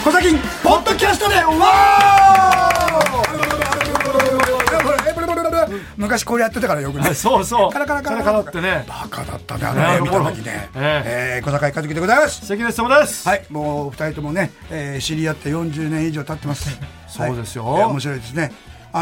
コサキンポッドキャストでわー昔これやってたからよくね。 そうそう。 カラカラカラカラってね。 バカだったねあの絵見た時ね。小坂井和樹でございます。 関根様です。 はい、もうお二人ともね、知り合って40年以上経ってます。 そうですよ。 面白いですね。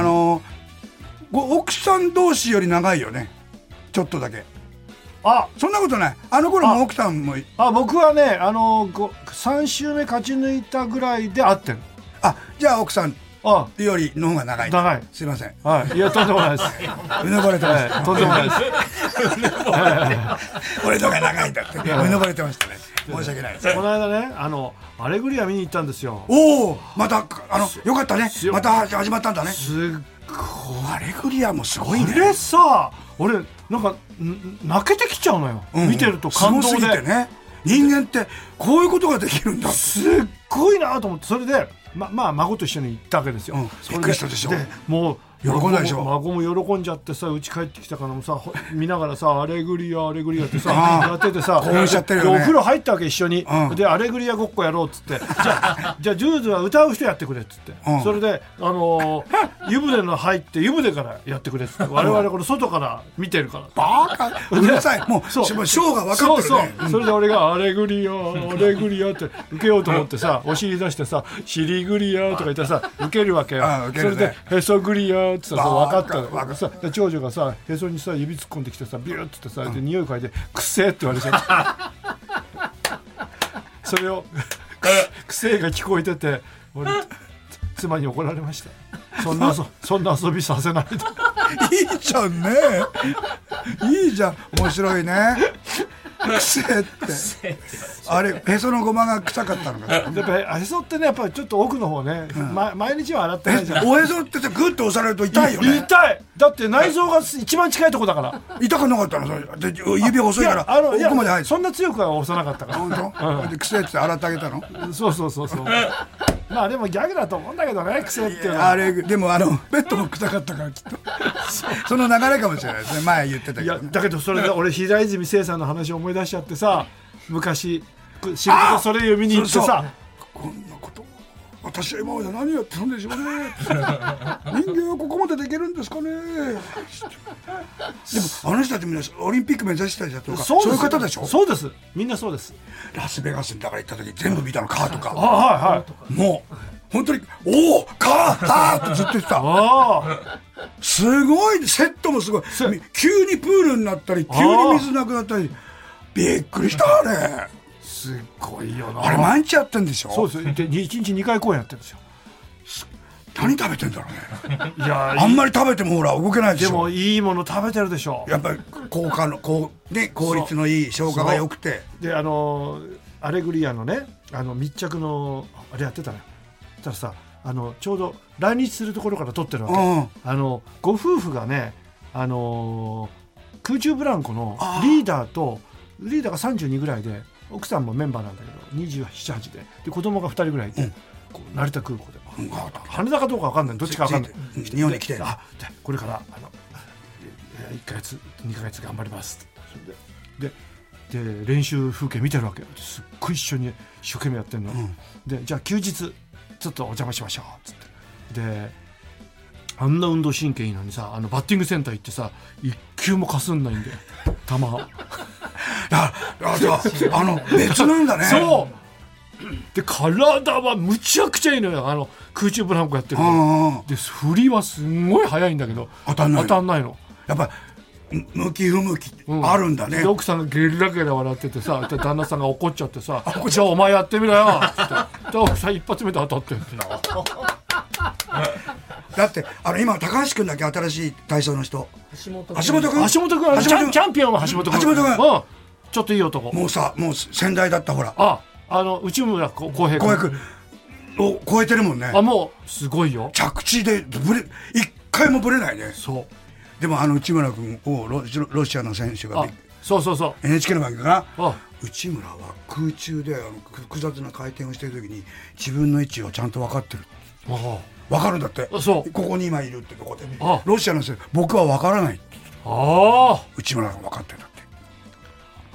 奥さん同士より長いよね。ちょっとだけ。あ、そんなことない。あの頃も奥さんも。 僕はね、3週目勝ち抜いたぐらいで会ってる。 じゃあ奥さんよりの方が長い。 長い。 すいません。 はい。いや、とんでもないです。 うぬぼれてました。 とんでもないです。 俺の方が長いんだって。うぬぼれてましたね。申し訳ないです。 この間ね、アレグリア見に行ったんですよ。 おお、またよかったね。また始まったんだね。 すっごい。 アレグリアもすごいね。 これさ、俺なんか泣けてきちゃうのよ。見てると感動で。 すごすぎてね。人間ってこういうことができるんだ。 すっごいなと思って、それで孫と一緒に行ったわけですよ。 びっくりしたでしょ。 もう喜んだでしょ。 孫も喜んじゃってさ、家帰ってきたからもさ、見ながらさ、アレグリアアレグリアってさやっててさ、 興奮しちゃってるよね。 お風呂入ったわけ一緒に。でアレグリアごっこやろうっつって、じゃあジューズは歌う人やってくれっつって、それで湯船の入って湯船からやってくれっつって、我々これ外から見てるから。 バカうるさい。もうショーが分かってるね。 そうそれで俺がアレグリアアレグリアって受けようと思ってさ、お尻出してさ、シリグリアとか言ってさ受けるわけよ。それでヘソグリアってさ、分かったさ、長女がさへそにさ指突っ込んできてさ、ビューッつってさ、で匂い嗅いでくせえって言われちゃったそれをくせえが聞こえてて、俺妻に怒られました。そんな遊びさせないでいいじゃんね。いいじゃん、面白いね。くせえってあれ、へそのごまが臭かったのか。 やっぱへそってね、やっぱりちょっと奥の方ね、毎日は洗ってないじゃん。 おへそってさ、グッと押されると痛いよね。 痛い。だって内臓が一番近いとこだから。 痛くなかったの？で指細いから奥まで入る。 そんな強くは押さなかったから。 本当？でくせえって洗ってあげたの？ そうまあでもギャグだと思うんだけどね、くせえっていうのは。 あれでもベッドも臭かったからきっとその流れかもしれないですね。前言ってたけど、ね、 いやだけどそれで俺平泉成さんの話を思い出しちゃってさ、昔仕事それ読みに行ってさ、 こんなこと私は今まで何やってたんでしょうね人間はここまでできるんですかね。でもあの人たちみんなオリンピック目指したりだとか、そういう方でしょ。 そうです、みんなそうです。 ラスベガスにだから行った時全部見たの、カーとか。もう本当におおカーってずっと言ってた。すごい、セットもすごい。急にプールになったり急に水なくなったり、びっくりしたあれ。 すっごいよな。 あれ毎日やってんでしょ。 そうです。で1日2回公演やってるんですよ。 何食べてんだろうね。 いやあんまり食べてもほら動けないでしょ。 でもいいもの食べてるでしょ。 やっぱり効率のいい消化が良くて。でアレグリアのね、密着のあれやってたのよ。そしたらさ、ちょうど来日するところから撮ってるわけ。ご夫婦がね、空中ブランコのリーダーが32ぐらいで、奥さんもメンバーなんだけど27、8で子供が2人ぐらいいて、成田空港で、羽田かどうか分かんない、どっちか分かんない、 日本に来て、 これから1ヶ月2ヶ月頑張りますってで練習風景見てるわけ。すっごい一緒に一生懸命やってるの、でじゃあ休日ちょっとお邪魔しましょうっつって、であんな運動神経いいのにさ、バッティングセンター行ってさ、一球もかすんないんで球別なんだね。そうで、体はむちゃくちゃいいのよ。空中ブランコやってるからで、振りはすんごい速いんだけど当たんないの。やっぱ向き不向きあるんだね。 で奥さんがゲラゲラ笑っててさ、旦那さんが怒っちゃってさじゃあお前やってみろよって奥さん一発目で当たってんだだって今高橋君だけ新しい体操の人、 橋本君チャンピオンは橋本君ちょっといい男。もう先代だったほら、 内村航平君を超えてるもんね。 もうすごいよ。 着地で一回もブレないね。 そうでも内村君をロシアの選手がそう NHK の番組かな、内村は空中で複雑な回転をしている時に自分の位置をちゃんと分かってる。分かるんだって。ここに今いるってとこで、ロシアの選手僕は分からないって。内村が分かってるんだって。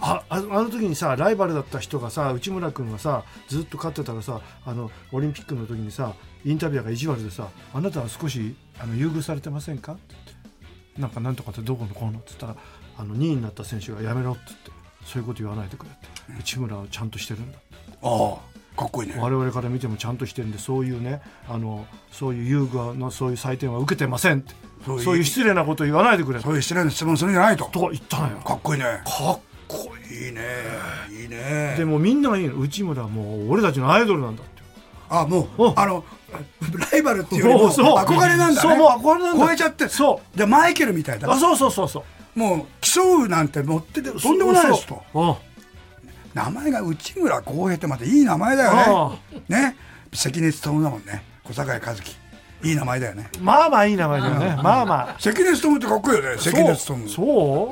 あの時にさライバルだった人がさ内村君がさずっと勝ってたらさオリンピックの時にさインタビュアーが意地悪でさあなたは少し優遇されてませんかって言ってなんとかってどこのこうのって言ったら2位になった選手がやめろって言ってそういうこと言わないでくれって、内村はちゃんとしてるんだって。 ああかっこいいね。 我々から見てもちゃんとしてるんでそういうねそういう優遇のそういう採点は受けてませんってそういう失礼なこと言わないでくれそういう失礼な質問するんじゃないと言ったのよ。 かっこいいね。 かっこいいねいいね。 でもみんなが言うの内村はもう俺たちのアイドルなんだって。 もうライバルっていうよりも憧れなんだね。 そうもう憧れなんだ。 超えちゃって。 そうじゃあマイケルみたいだ。 そうもう競うなんて持っててとんでもないですと。名前が内村航平ってまたいい名前だよね。ね、関根勤だもんね。小坂井和樹いい名前だよね。 まあまあいい名前だよね。まあまあ関根勤ってかっこいいよね。関根勤そう、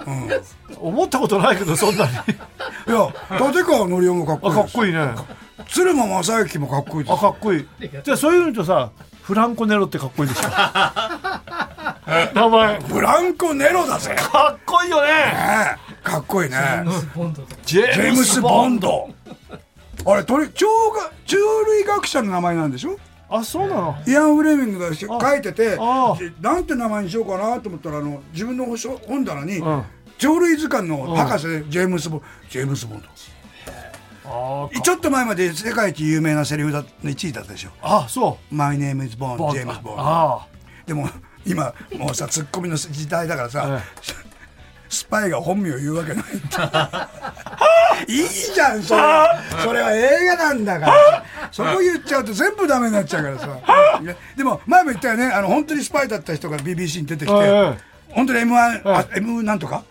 思ったことないけどそんなにいや立川のりおもかっこいい。 かっこいいね。 鶴間正幸もかっこいいです。 かっこいい。じゃあそういうのとさフランコネロってかっこいいでしょ名前フランコネロだぜ。 かっこいいよね。 かっこいいね。 ジェームス・ボンドあれ鳥類学者の名前なんでしょ。 あ、そうなの。 イアン・フレミングが書いててなんて名前にしようかなと思ったら自分の本棚に鳥類図鑑の博士でジェームス・ボンドちょっと前まで世界一有名なセリフの1位だったでしょ。 あ、そう。 My name is Bond、ジェームズ・ボンド。でも今もうさツッコミの時代だからさ、スパイが本名を言うわけないっていいじゃんそれは映画なんだからそこ言っちゃうと全部ダメになっちゃうからさでも前も言ったよね本当にスパイだった人が BBC に出てきて本当に M なんとか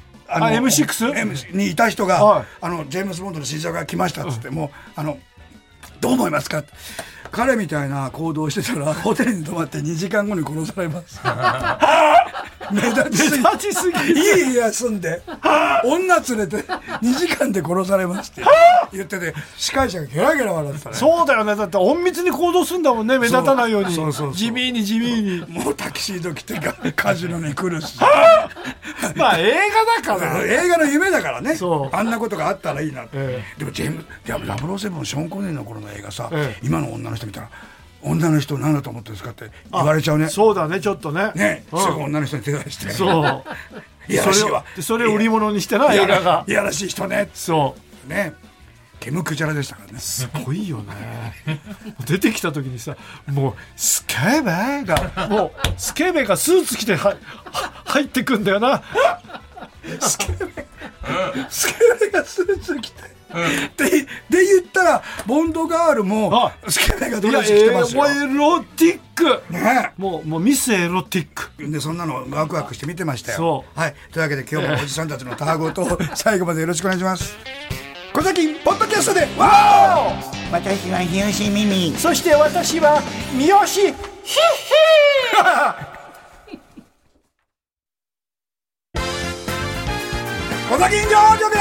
M6 にいた人がジェームズ・ボンドの新作が来ましたっつってもうどう思いますかって彼みたいな行動をしてたらホテルに泊まって2時間後に殺されます目立ちすぎいい部屋住んで女連れて2時間で殺されますって言ってて司会者がゲラゲラ笑ってたね。 そうだよね。だって隠密に行動するんだもんね。目立たないように地味にもうタキシード着てカジノに来るしまあ映画だから映画の夢だからね。あんなことがあったらいいなって、でも007ショーン・コネリーの頃の映画さ、今の女の人見たら女の人何だと思ってるんですかって言われちゃうね。そうだねちょっとねすぐ女の人に手出してそういやらしいわそれを売り物にしてな映画がいやらしい人ね。 そうねケムクジャラでしたからね。 すごいよね出てきた時にさもうスケベがスーツ着て入ってくんだよなスケベがスーツ着てで言ったらボンドガールもスケベがドレス着てますよ。 エロティック、ね、もうミスエロティックでそんなのワクワクして見てましたよ。はい、というわけで今日もおじさんたちのたわごとを最後までよろしくお願いします。小崎ポッドキャストでわー私は日吉ミミそして私は三好ヒッヒ小崎人情局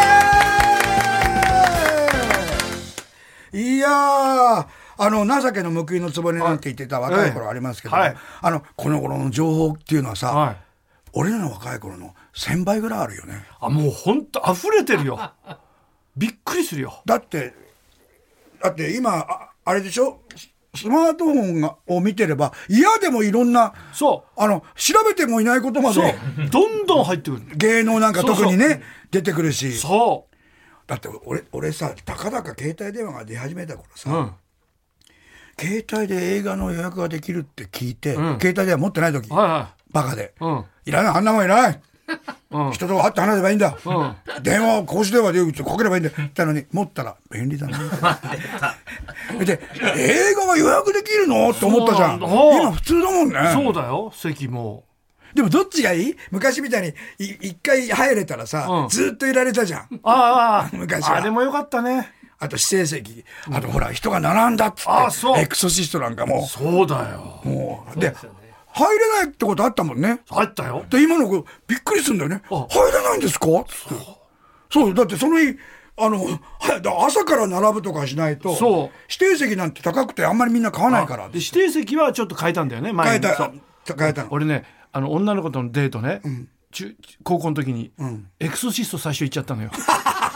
でーいやー情けの報いの局なんて言ってた若い頃ありますけど、この頃の情報っていうのはさ、俺らの若い頃の1000倍ぐらいあるよね。 もうほんと溢れてるよびっくりするよ。 だって今あれでしょスマートフォンを見てれば嫌でもいろんな調べてもいないことまでどんどん入ってくる。 芸能なんか特にね出てくるし。 そうだって俺さたかだか携帯電話が出始めた頃さ、携帯で映画の予約ができるって聞いて、携帯電話持ってない時、バカで、いらないあんなもんいらない、人と会って話せばいいんだ、電話公衆電話でかければいいんだってのに持ったら便利だなで映画が予約できるのって思ったじゃん。今普通だもんね。 そうだよ席も。 でもどっちがいい？昔みたいに一回入れたらさ、ずっといられたじゃん。昔は。 あれもよかったね。 あと指定席、あとほら人が並んだっつって、エクソシストなんかも。 そうだよ。 もうで入れないってことあったもんね。 入ったよ。 で今の子びっくりするんだよね。入れないんですか？つって。そうだってその日朝から並ぶとかしないと指定席なんて高くてあんまりみんな買わないから。 で指定席はちょっと変えたんだよね前に。 変えたの。 俺ね女の子とのデートね、高校の時に、エクソシスト最初行っちゃったのよ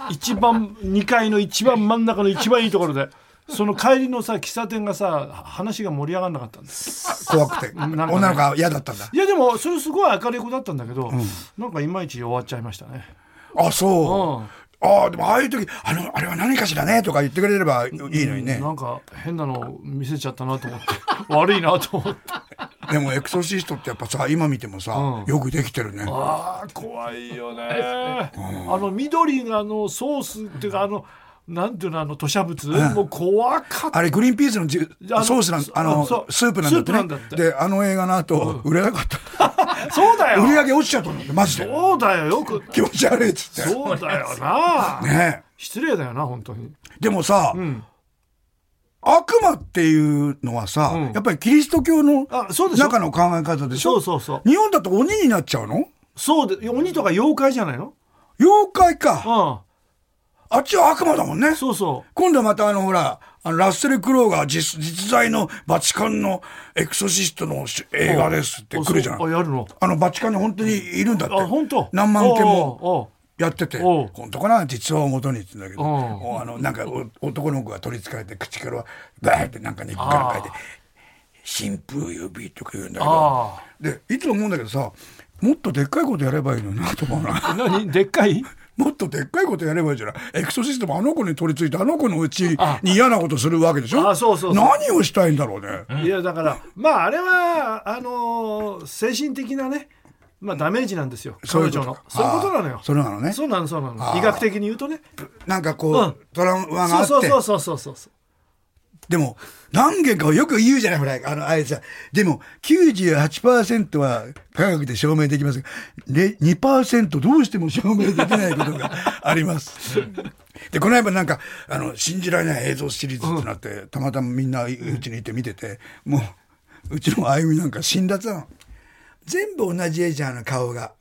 一番2階の一番真ん中の一番いいところでその帰りのさ喫茶店がさ話が盛り上がらなかったんです怖くて、女の子が嫌だったんだ。 いやでもそれすごい明るい子だったんだけど、なんかいまいち終わっちゃいましたね。 あ、そう、ああ、でもああいう時あれは何かしらねとか言ってくれればいいのにね、 なんか変なの見せちゃったなと思って悪いなと思ってでもエクソシストってやっぱさ今見てもさ、よくできてるね。 ああ怖いよね、緑がソースっていうかなんていうの吐砂物、もう怖かった。 あれグリーンピースのソーススープなんだってね。で映画の後、売れなかったそうだよ、 売り上げ落ちちゃったんだってマジで。 そうだよ、よく気持ち悪いっつって。 そうだよなね、 失礼だよな本当に。 でもさ、悪魔っていうのはさ、やっぱりキリスト教の中の考え方でしょ。 そう日本だと鬼になっちゃうの。 そうで、鬼とか妖怪じゃないの。 妖怪か、あっちは悪魔だもんね。 そう今度はまたほらラッセル・クロウが実在のバチカンのエクソシストの映画ですって来るじゃない。 やるの。 バチカンに本当にいるんだって。 本当。 何万件もやってて、本当かな、実話を元にって言うんだけど、なんか男の子が取りつかれて口からバーってなんか日記から書いて神風呼びとか言うんだけど、でいつも思うんだけどさ、もっとでっかいことやればいいのになと思うな。 何でっかいもっとでっかいことやればいいじゃない。エクソシストも子に取り付いて子のうちに嫌なことするわけでしょ。 そう何をしたいんだろうね。 いやだからあれは精神的なね、ダメージなんですよ、彼女の。そういうことなのよ。 そうなのね。 そうなの。医学的に言うとね、 なんかこう、トラウマがあって。 そう。 でも何件かよく言うじゃない、ほらあれさ。でも 98% は科学で証明できますが、2% どうしても証明できないことがあります。でこの間なんか信じられない映像シリーズってなって、たまたまみんなうちにいて見てて、もううちのあゆみなんか死んだってたの。全部同じ絵じゃん、顔が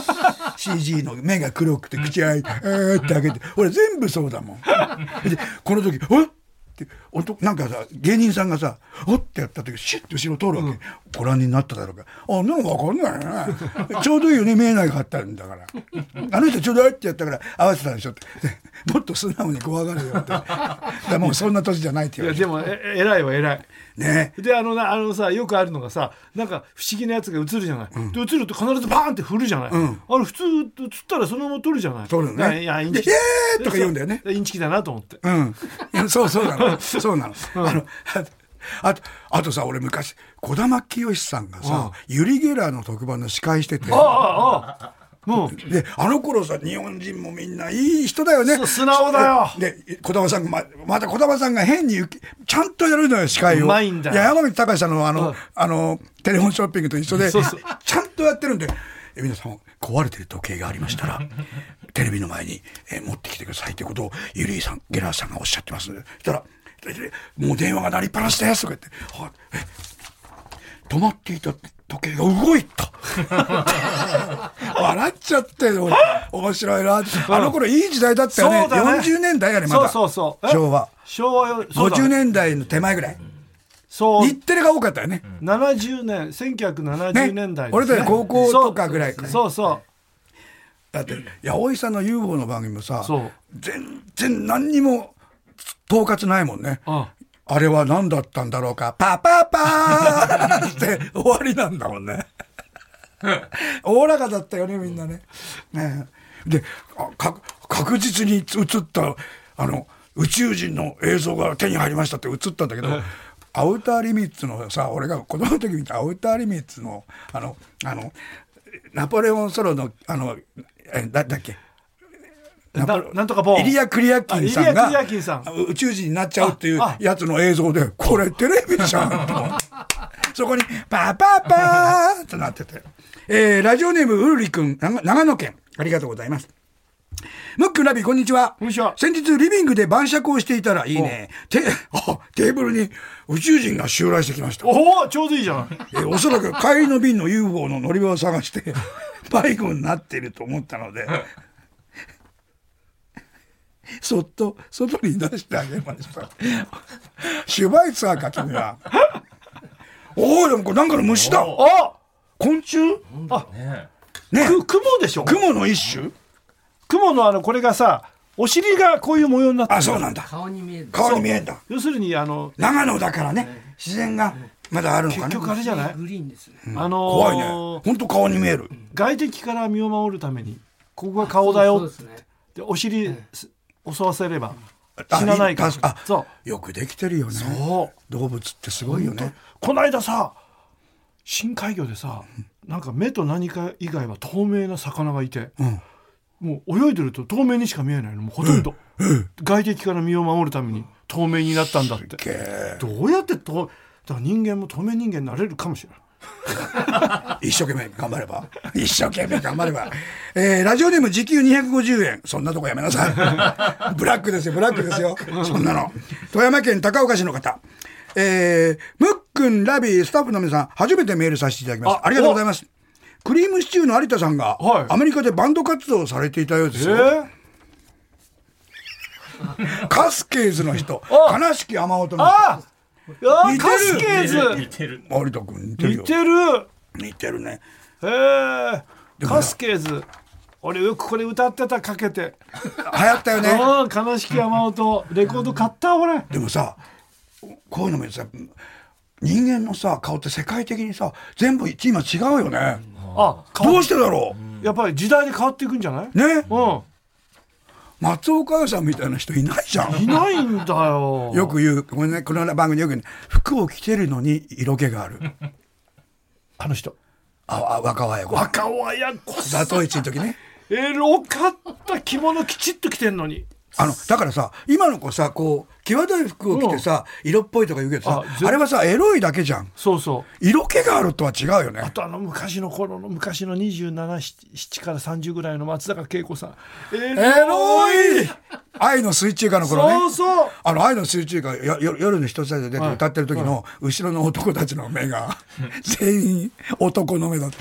CG の目が黒くて口がって開けて、俺全部そうだもん。でこの時ってなんかさ、芸人さんがさおってやった時シュッと後ろ通るわけ、ご覧になっただろうか。なんか分かんないねちょうどいいよね、見えなかったんだからあの人ちょうどいいってやったから合わせたでしょってもっと素直に怖がるよってだもうそんな年じゃないって言われて。 いやでも偉いわ偉いね。 でさ、よくあるのがさ、なんか不思議なやつが映るじゃない、で映ると必ずバーンって振るじゃない、あれ普通映ったらそのまま撮るじゃない。 撮るね。 いやインチキとか言うんだよね。 インチキだなと思って。 そうなのそうなの。あとさ、俺昔児玉清さんがさ、ユリ・ゲラーの特番の司会してて、で頃さ、日本人もみんないい人だよね。 素直だよ。 で児玉さんがまた児玉さんが変にちゃんとやるのよ、司会を。 うまいんだよ。 山口隆さんのテレフォンショッピングと一緒でちゃんとやってるんで、皆さん壊れてる時計がありましたらテレビの前に持ってきてくださいってことをユリゲラーさんがおっしゃってますので、そしたらもう電話が鳴りっぱなしですとか言って、止まっていた時計が動いた笑っちゃって面白いな。あの頃いい時代だったよね。40年代やね、まだそう昭和50年代の手前ぐらい。日テレが多かったよね。 1970年代、 俺たち高校とかぐらいかね。 そうだって八百井さんの UFO の番組もさ、全然何にも統括ないもんね。あれは何だったんだろうか、パパパーって終わりなんだもんねおおらかだったよね、みんなね。で確実に映った宇宙人の映像が手に入りましたって映ったんだけど、アウターリミッツのさ、俺が子供の時見たアウターリミッツのナポレオンソロのだっけ、 なんとかボーン、 イリア・クリアキンさんが宇宙人になっちゃうっていうやつの映像で、これテレビじゃんと思ってそこにパパパーってなってて、ラジオネームウルリ君、長野県、ありがとうございます。ムックラビ、こんにちは。先日リビングで晩酌をしていたら、いいね、テーブルに宇宙人が襲来してきました。 ちょうどいいじゃん。 おそらく帰りの便の UFO の乗り場を探して迷子になっていると思ったのでそっと外に出してあげました。シュバイツァーか君は。でもこれなんかの虫だ。昆虫。 ね、雲でしょ。 雲の一種。 雲のこれがさ、 お尻がこういう模様になってる。 あ、そうなんだ。 顔に見える。 顔に見えるんだ。 要するに長野だからね、自然がまだあるのかな。 結局あれじゃない、 グリーンですね。 怖いね。本当顔に見える。 外敵から身を守るためにここが顔だよ。 そうですね。 でお尻襲わせれば死なないから。 そうよくできてるよね。そう動物ってすごいよね。 この間さ、深海魚でさ、なんか目と何か以外は透明な魚がいて、もう泳いでると透明にしか見えないの、もうほとんど、外敵から身を守るために透明になったんだって。どうやってだから人間も透明人間になれるかもしれない。 一生懸命頑張れば一生懸命頑張れば、ラジオネーム時給250円。そんなとこやめなさい。ブラックですよ、ブラックですよ、そんなの。富山県高岡市の方、ムックン、ラビー、スタッフの皆さん、初めてメールさせていただきます。ありがとうございます。クリームシチューの有田さんが、アメリカでバンド活動をされていたようですよ。カスケーズの人、悲しき雨音の人。 カスケーズ似てる。有田君似てるよ。似てるね。 カスケーズ、俺よくこれ歌ってた、かけて流行ったよね。 悲しき雨音、レコード買った俺。 でもさ、こういうのもさ、人間のさ顔って世界的にさ全部今違うよね。どうしてだろう。やっぱり時代で変わっていくんじゃないね。松岡優さんみたいな人いないじゃん。 いないんだよ。 よく言う、これね、この番組でよく言う、服を着てるのに色気がある。 あの人。 若林子。 若林子。 ザトイチの時ね。 エロかった。着物きちっと着てんのに。 だからさ、今の子さ、こう際どい服を着てさ、色っぽいとか言うけどさ、あれはさエロいだけじゃん。 そうそう。 色気があるとは違うよね。 あと昔の27、7から30ぐらいの松坂慶子さん、エロい。 愛の水中歌の頃ね。 そうそう。 愛の水中歌、夜の一つで出て歌ってる時の後ろの男たちの目が全員男の目だった。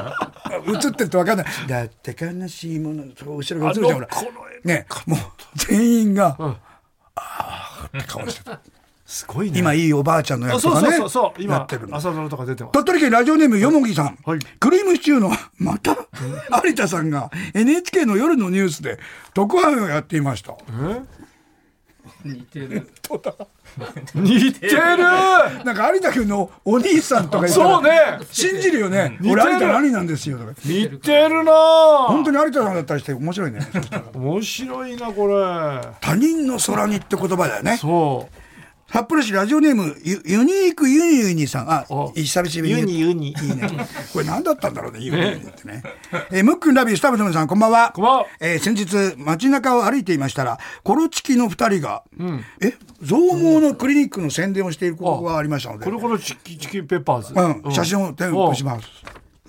映ってると分かんない。だって悲しいもの、後ろが映るじゃん。ね、もう全員が、ああって顔してた。 すごいね。 今いいおばあちゃんのやつとかね。 そう今朝ドラとか出てます。 鳥取県ラジオネームよもぎさん、クリームシチューのまた有田さんが NHK の夜のニュースで特派員をやっていました。 似てる。 似てる。 なんか有田君のお兄さんとか言ったら、 そうね、 信じるよね。俺有田何なんですよとか。 似てるな。 本当に有田さんだったりして面白いね。 面白いなこれ。 他人の空にって言葉だよね。 そう。 札幌市ラジオネームユニークユニユニさん。久々にユニいいね。 これ何だったんだろうね、ユニユニってね。ムックンラビースタッフの皆さん、こんばんは。 こんばんは。 先日街中を歩いていましたら、コロチキの2人が、増毛のクリニックの宣伝をしていることがありましたので、 コロコロチキンペッパーズ、 写真を添付します。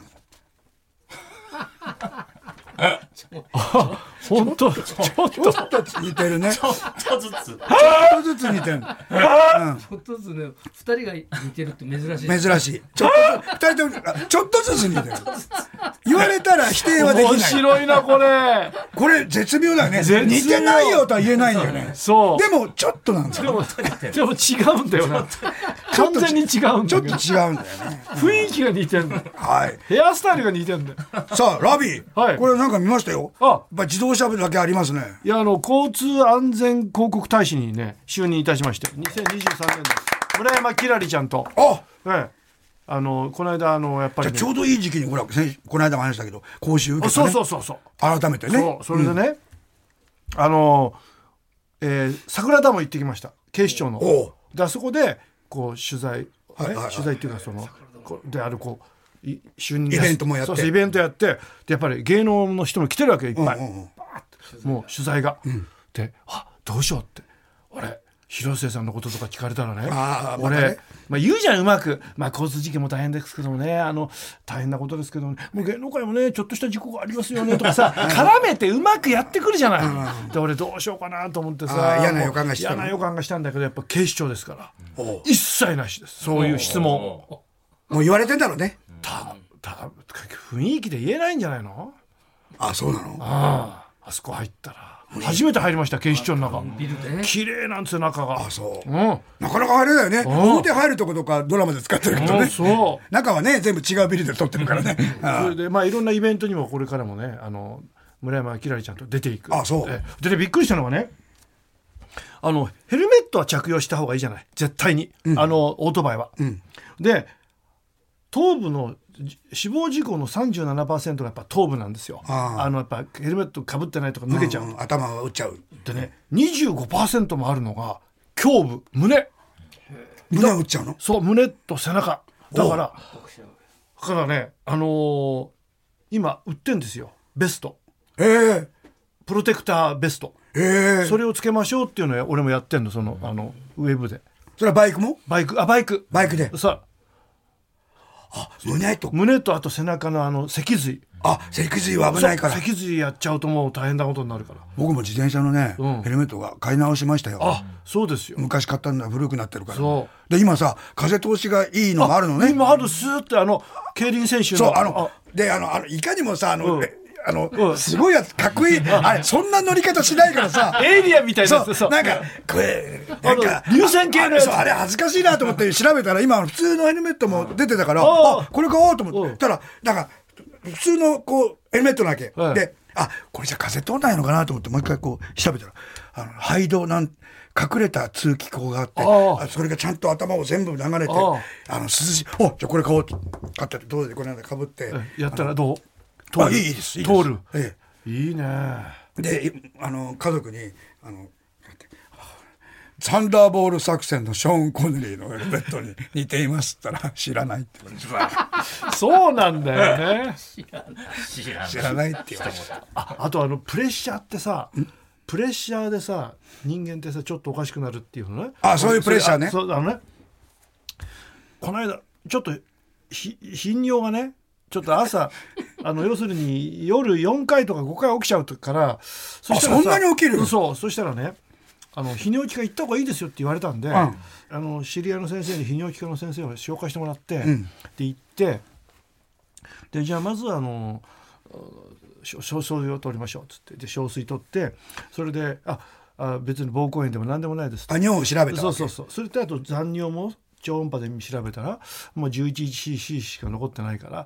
本当ちょっと似てるね。 ちょっとずつ。 ちょっとずつ似てる。 ちょっとずつね、二人が似てるって珍しい。 珍しい。ちょっと二人ともちょっとずつ似てる。言われたら否定はできない。 面白いなこれ。 これ絶妙だよね。似てないよとは言えないんだよね。 そう。 でもちょっとなんですよ。 でも違うんだよな。完全に違うんだよ。 ちょっと違うんだよね。 雰囲気が似てんだよ。 はい。 ヘアスタイルが似てんだよ。 さあラビー。これなんか見ましたよ。やっぱ自動車部だけありますね。 いや交通安全広告大使にね就任いたしまして2023年です村山きらりちゃんとこの間やっぱり、ね、 ちょうどいい時期にほらこの間も話したけど講習受けたね。 そう改めてね。 それでね、桜田も行ってきました、警視庁の。であそこでこう取材っていうかである就任イベントもやって、 イベントやってでやっぱり芸能の人も来てるわけいっぱい、もう取材が、でどうしようって、俺広末さんのこととか聞かれたらね、俺、言うじゃんうまく、交通事件も大変ですけどもね、大変なことですけども、もう芸能界もねちょっとした事故がありますよねとかさ絡めてうまくやってくるじゃない。で俺どうしようかなと思ってさ、 嫌な予感がしたんだけど、やっぱ警視庁ですから一切なしです、そういう質問。 もう言われてんだろうね。 雰囲気で言えないんじゃないの。 そうなの。 あそこ入ったら初めて入りました、警視庁の中。綺麗なんですよ中が。なかなか入れないよね。表入るとことかドラマで使ってるけどね。中はね全部違うビルで撮ってるからね。それでいろんなイベントにもこれからもね村山輝星ちゃんと出ていく。 あ、そう。 でびっくりしたのがね、ヘルメットは着用した方がいいじゃない、絶対に、オートバイは。で頭部の死亡事故の 37% がやっぱ頭部なんですよ。やっぱヘルメットかぶってないとか抜けちゃう、 頭が打っちゃう。 でね、25% もあるのが胸部、胸打っちゃうの。 そう、胸と背中だからね、今売ってんですよ、ベスト、プロテクターベスト、それをつけましょうっていうのを俺もやってんの、ウェブで。 それはバイクも？ バイクでさあ、胸とあと背中の脊髄。 脊髄は危ないから。 脊髄やっちゃうともう大変なことになるから。 僕も自転車のね、ヘルメットが買い直しましたよ。 そうですよ。 昔買ったんだ、古くなってるから。 そうで今さ、風通しがいいのもあるのね。 今ある、スーって競輪選手の。 そうでいかにもさすごいやつ、かっこいいあれ、そんな乗り方しないからさエイリアンみたいなやつ。 そうなんかこれなんか流線形のやつ。 あれ恥ずかしいなと思って調べたら今普通のヘルメットも出てたから、これ買おうと思ってたら、なんか普通のヘルメットなわけで、これじゃ風通んないのかなと思ってもう一回調べたら、排動隠れた通気口があって、それがちゃんと頭を全部流れて涼しい。じゃあこれ買おうと買って、どうでこの間かぶってやったらどう？ いいです。 通る。いいね。 で家族にサンダーボール作戦のショーン・コネリーのヘルメットに似ていますって言ったら、知らないって言われてそうなんだよね。 知らないって言われて。 あとプレッシャーってさ、プレッシャーでさ、人間ってさちょっとおかしくなるっていうのね。 そういうプレッシャーね。 そうね。この間ちょっと頻尿がね、ちょっと朝要するに夜4回とか5回起きちゃうから、そんなに起きる？ そしたらね、泌尿器科行った方がいいですよって言われたんで、知り合いの先生に泌尿器科の先生を紹介してもらって、で行って、でじゃあまず小水を取りましょうっつって、で小水取って、それで別に膀胱炎でも何でもないですって。 尿を調べたわけ。 そうそれとあと残尿も超音波で調べたら、11cc しか残ってないから、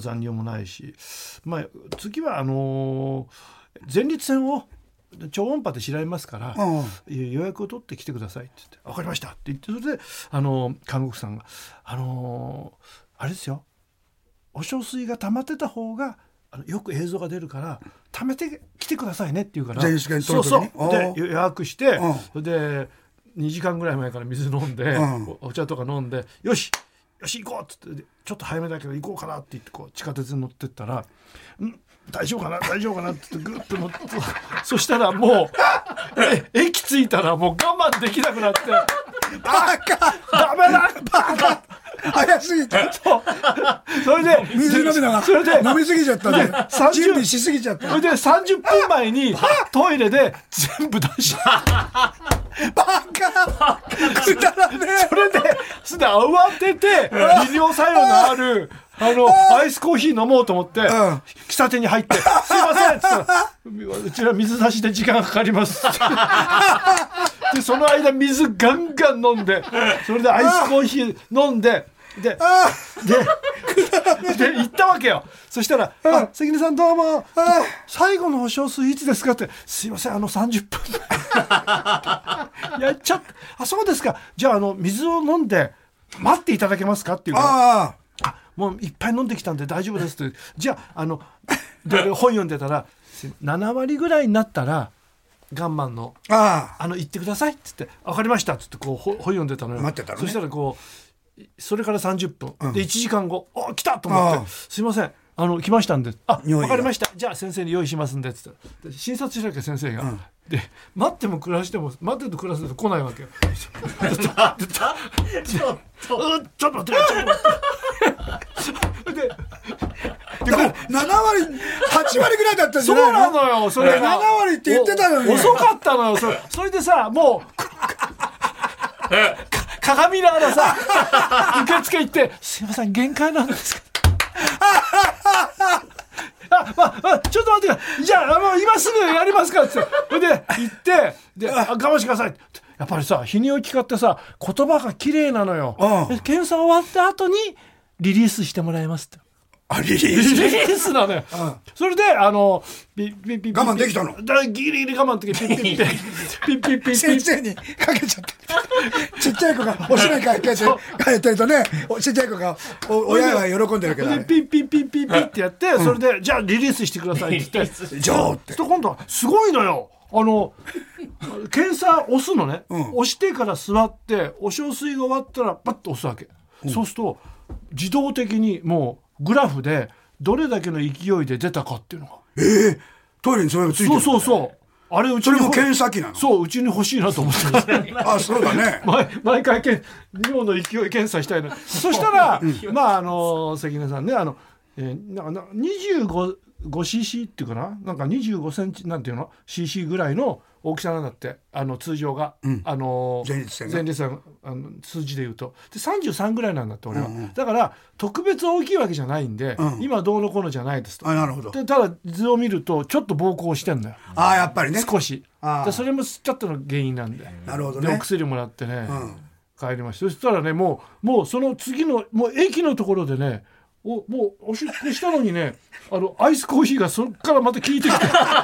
残尿もないし、次は前立腺を超音波で調べますから、予約を取ってきてくださいって言って、分かりましたって言って、それで看護婦さんがあれですよ、お小水が溜まってた方がよく映像が出るから溜めてきてくださいねって言うから、 前立腺取る時にで予約して、それで2時間ぐらい前から水飲んで、お茶とか飲んで、よし行こうっつって、ちょっと早めだけど行こうかなって言って地下鉄に乗ってったら、大丈夫かなって言ってぐるっと乗ってそしたらもう駅着いたらもう我慢できなくなって、 バカダメだバカ早すぎた。 それで水飲むのが飲みすぎちゃったね。準備しすぎちゃった。 それで30分前にトイレで全部出したバカくだらねえ。 それで慌てて利尿作用のあるアイスコーヒー飲もうと思って、喫茶店に入って、すいませんっつったら、うちは水出しで時間がかかりますでその間水ガンガン飲んで、それでアイスコーヒー飲んで、で行ったわけよ。そしたら「関根さんどうも、最後のお小水いつですか?」って「すいません30分やっちゃった。そうですか、じゃあ水を飲んで待っていただけますか?」っていうから、もういっぱい飲んできたんで大丈夫ですって。じゃあで本読んでたら7割ぐらいになったらガンマンの言ってくださいっつって、分かりましたっつって本読んでたのよ。 待ってたのね。 そしたらそれから30分、で1時間後来たと思って、すいません来ましたんで、分かりました、じゃあ先生に用意しますんでっつって診察しなきゃ先生が、で待っても暮らしても待ってと暮らしてと来ないわけよちょっと待ってで 7割8割ぐらいだったんじゃないの？ そうなのよ。それが 7割って言ってたのに遅かったのよ。それでさ、もう鏡見ながらさ受付行って、すいません限界なんですかちょっと待って、じゃあ今すぐやりますからって。それで行って、で我慢してくださいって。やっぱりさ、泌尿器科ってさ言葉が綺麗なのよ。検査終わった後にリリースしてもらいますって。 リリースだね、それでピッ我慢できたの？ ギリギリ我慢できてピッピッピッピッピッ先生にかけちゃったちっちゃい子がおしめかけて帰ってるとね、ちっちゃい子が親は喜んでるけど、 ピッピッピッピッピッってやって、それでじゃあリリースしてくださいって言ってじゃあって今度はすごいのよ。検査押すのね、押してから座ってお小水が終わったらパッと押すわけ、そうすると自動的にもうグラフでどれだけの勢いで出たかっていうのがトイレにそれがついてる。 そうあれうちにそれも検査機なの？ そう、うちに欲しいなと思ってあ、そうだね毎回尿の勢い検査したいのそしたら、関根さんね25cc っていうかな、なんか25センチなんていうの cc ぐらいの大きさなんだって、通常が、前立腺数字で言うとで33ぐらいなんだって俺は、だから特別大きいわけじゃないんで、今どうのこうのじゃないですと。 なるほど。 でただ図を見るとちょっと膀胱してんだよ。 やっぱりね少しでそれもちょっとの原因なんで。 なるほどね。 でお薬もらってね、帰りました。そしたらねもうその次のもう駅のところでねもうおしっこしたのにねアイスコーヒーがそっからまた効いてきて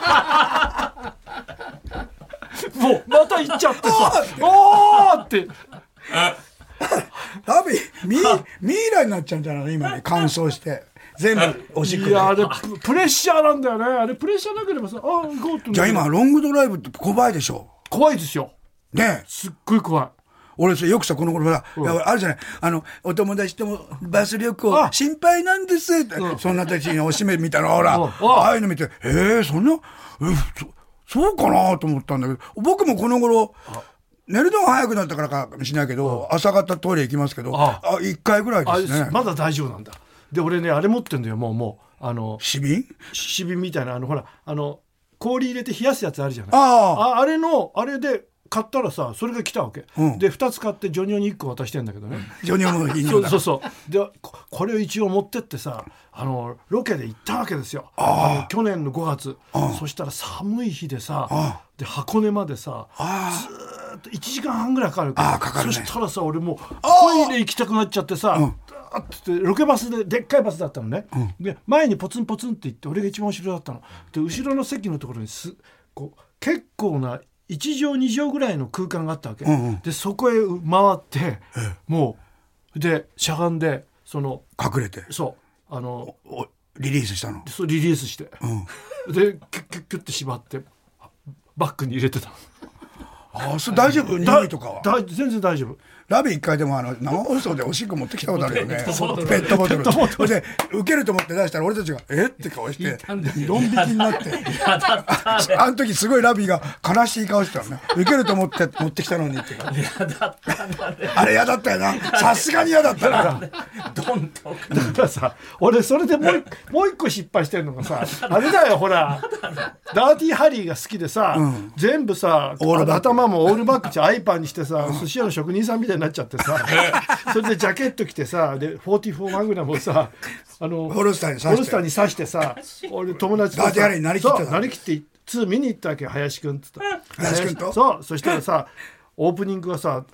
もうまた行っちゃってさおーってラビミイラになっちゃうんじゃないの今ね、乾燥して全部おしっこで。 いやあれプレッシャーなんだよね。あれプレッシャーなければさ行こうって。 じゃあ今ロングドライブって怖いでしょ？ 怖いですよね。 すっごい怖い。 俺よくさこの頃さ、あるじゃない、お友達ともバス旅行心配なんですって、そんな時におしめみたいなほら、ああいうの見てそんなそうかなと思ったんだけど、僕もこの頃寝るのが早くなったからかもしれないけど、朝方トイレ行きますけど1回ぐらいですね。 まだ大丈夫なんだ。で俺ねあれ持ってんだよ、もう紙瓶みたいなほら氷入れて冷やすやつあるじゃない。あれで買ったらさそれが来たわけ、で2つ買ってジョニオに1個渡してんだけどね、 ジョニオの飲料だ。 そうでこれを一応持ってってさロケで行ったわけですよ。去年の5月、そしたら寒い日でさ、で箱根までさずっと1時間半ぐらいかかるかかるね。 そしたらさ俺もうトイレ行きたくなっちゃってさ、ってロケバスでっかいバスだったのね、で前にポツンポツンって行って俺が一番後ろだったので、後ろの席のところに結構な1畳2畳ぐらいの空間があったわけ、でそこへ回って、もうでしゃがんで隠れてリリースしたの。 そうリリースして、でキュッて縛ってバッグに入れてた。 それ大丈夫？匂いとかは全然大丈夫。 ラビ一回でも生放送でおしっこ持ってきたことあるよね。ペットボトルで受けると思って出したら俺たちがって顔してドン引きになってあの時すごいラビが悲しい顔してたのね。受けると思って持ってきたのにってあれ嫌だったよな。さすがに嫌だったな。 ドンとだからさ俺それでもう一個失敗してるのがさあれだよほらダーティーハリーが好きでさ、全部さ頭もオールバックアイパンにしてさ、寿司屋の職人さんみたいになっちゃってさそれでジャケット着てさで44マグナムをさホルスターに刺してさ俺友達とダーティーハリーになりきってた。 なりきって2見に行ったわけよ。林くんっつった林くんとそしたらさオープニングがさ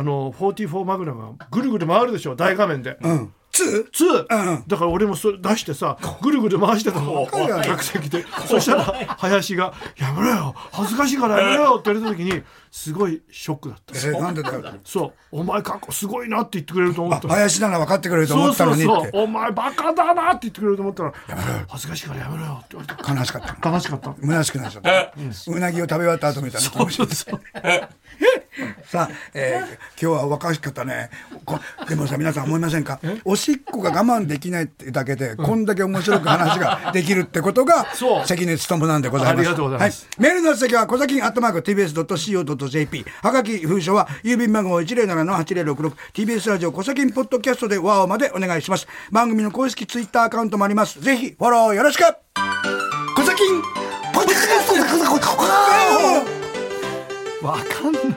44マグナムがぐるぐる回るでしょ大画面で、2、だから俺もそれ出してさぐるぐる回してたの客席で。そしたら林が「やめろよ恥ずかしいからやめろよ」って言われた時にすごいショックだった。 なんでだよ。 お前すごいなって言ってくれると思った。 林なら分かってくれると思ったのにってお前バカだなって言ってくれると思ったらやめろよ恥ずかしいからやめろよって言われた。 悲しかった悲しかった。 虚しくなっちゃった。うなぎを食べ終わった後みたいな顔してさあ、今日は若かったね。でもさ皆さん思いませんか？おしっこが我慢できないってだけで、こんだけ面白く話ができるってことが関根勤なんでございます。 ありがとうございます。 メールの先は小崎@tbs.co.jp、 はがき封書は郵便番号 107-8066 TBS ラジオ小崎ポッドキャストでワオまでお願いします。番組の公式ツイッターアカウントもあります。ぜひフォローよろしく。小崎ポッドキャストわかんない。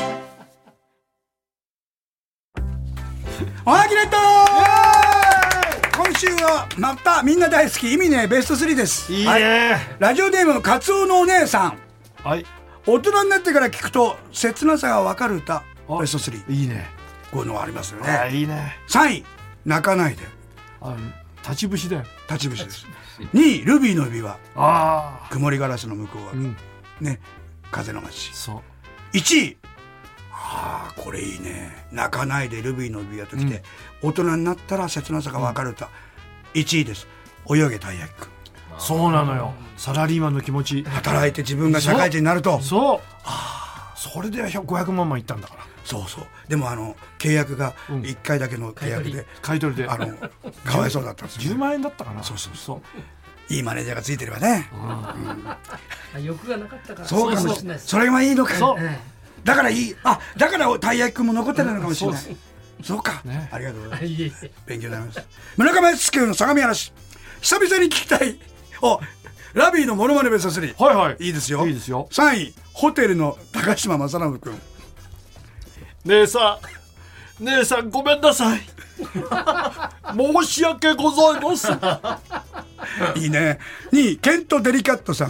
おはぎレッド今週はまたみんな大好き意味ねベスト3です。 いいね、 ラジオネームカツオのお姉さん。大人になってから聞くと切なさが分かる歌ベスト3。 いいね。 こういうのがありますよね。 いいね。 3位泣かないで。 立ち節だよ。 立ち節です。2位ルビーの指輪、曇りガラスの向こうは、ね、風の街。 そう 1位、これいいね、泣かないでルビーの指輪ときて、大人になったら切なさが分かる歌、1位です。泳げたい焼きくん。 そうなのよ、サラリーマンの気持ち。 働いて自分が社会人になると、 そうそれで500万もいったんだから。 そうそう。でも契約が1回だけの契約で、 買い取りでかわいそうだったんですよ、 10万円だったかな。 そういいマネージャーがついてればね、 欲がなかったから。 そうかもしれない。それがいいのか。だからいい。だからたい焼きくんも残ってるのかもしれない。そうか、ありがとうございます。勉強になります。村上敦君の相模原市、久々に聞きたいラビーのモノマネベスト3。いいですよ。3位ホテルの高島正信君。 姉さんごめんなさい申し訳ございません。 いいね。2位ケントデリカットさん。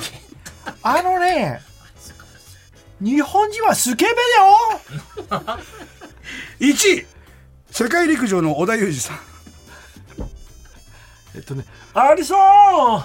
日本人はスケベよ。 1位世界陸上の織田裕二さん。 アリソン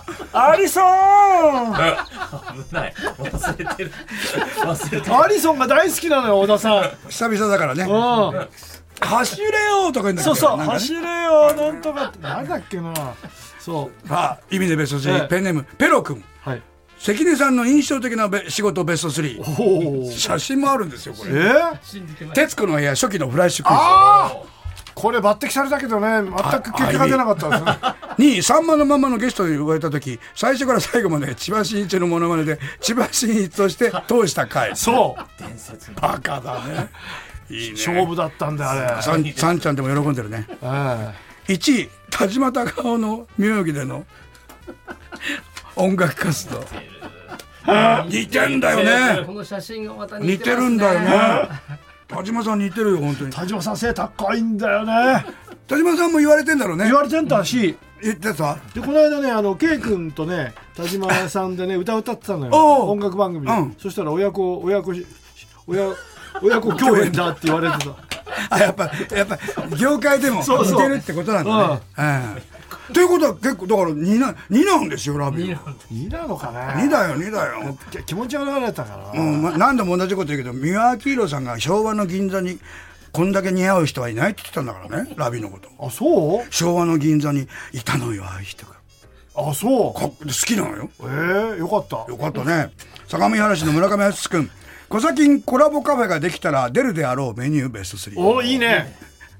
危ない、忘れてるアリソンが大好きなのよ、小田さん。 久々だからね。走れよとか言うんだけど、 そう走れよなんとかってなんだっけな。 意味でベスト3、ペンネームペロ君。関根さんの印象的な仕事ベスト3。写真もあるんですよこれ。徹子の部屋初期のフラッシュクイズ。 これ抜擢されたけどね、全く結果が出なかったですね。 2位さんまのままのゲストに呼ばれた時、最初から最後まで千葉真一のモノマネで千葉真一として通した回。 伝説バカだね。いいね、 勝負だったんだあれ。 さんちゃんでも喜んでるね。1位田島貴夫の名義での音楽活動。似てんだよね。 この写真がまた似てるんだよね。田島さん似てるよ本当に。 田島さん背高いんだよね。 田島さんも言われてんだろうね。 言われてんだし、 言ってた。 でこの間ねK 君とね田島さんでね歌ってたのよ、音楽番組で。そしたら親子共演だって言われてた。 やっぱ業界でも似てるってことなんだね。ということは結構だから2なんですよラビー。 2なのかね。 2だよ。 気持ち悪がられたから。 何度も同じこと言うけど、三輪明宏さんが昭和の銀座にこんだけ似合う人はいないって言ってたんだからね、ラビーのこと。 あ、そう？ 昭和の銀座にいたのよ、ああいう人が。 あ、そう。 好きなのよ。 よかった。 よかったね。相模原市の村上敦君。コサキンコラボカフェができたら出るであろうメニューベスト3。 お、いいね。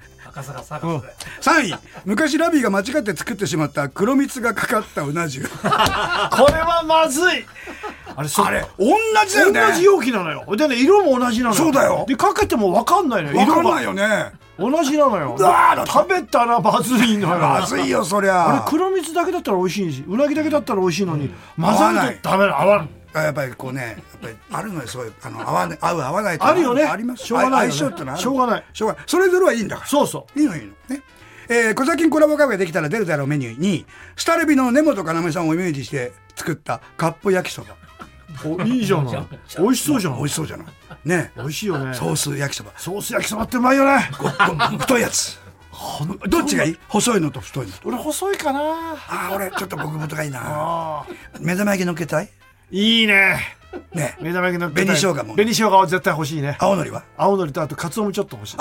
3位、昔ラビーが間違って作ってしまった黒蜜がかかったうな重。これはまずい。 あれ同じだよね。 同じ容器なのよ。でね、色も同じなのよ。 そうだよ。 でかけても分かんないのよ。 分かんないよね。 同じなのよ。食べたらまずいのよ。 まずいよそりゃ。 あれ黒蜜だけだったら美味しいし、うなぎだけだったら美味しいのに混ざるとダメだ。合わない。 やっぱりこうね、やっぱりあるのよ、そういう合う合わないとあるよね。 あります。 しょうがないよね。 相性ってのはしょうがない。 それぞれはいいんだから。 そういいのね。コサキンコラボカフェができたら出るだろうメニューに、スタルビの根本要さんをイメージして作ったカップ焼きそば。 いいじゃない。美味しそうじゃん。 美味しそうじゃない。ね。 美味しいよね。 ソース焼きそば。 ソース焼きそばってうまいよね。 太いやつ。どっちがいい？細いのと太いのと。 俺細いかな。 俺ちょっと極太がいいな。目玉焼きのっけたい？ いいね。 ね。 目玉焼きのっけたい。 紅生姜も。 紅生姜は絶対欲しいね。 青のりは？ 青のりとあとカツオもちょっと欲しい。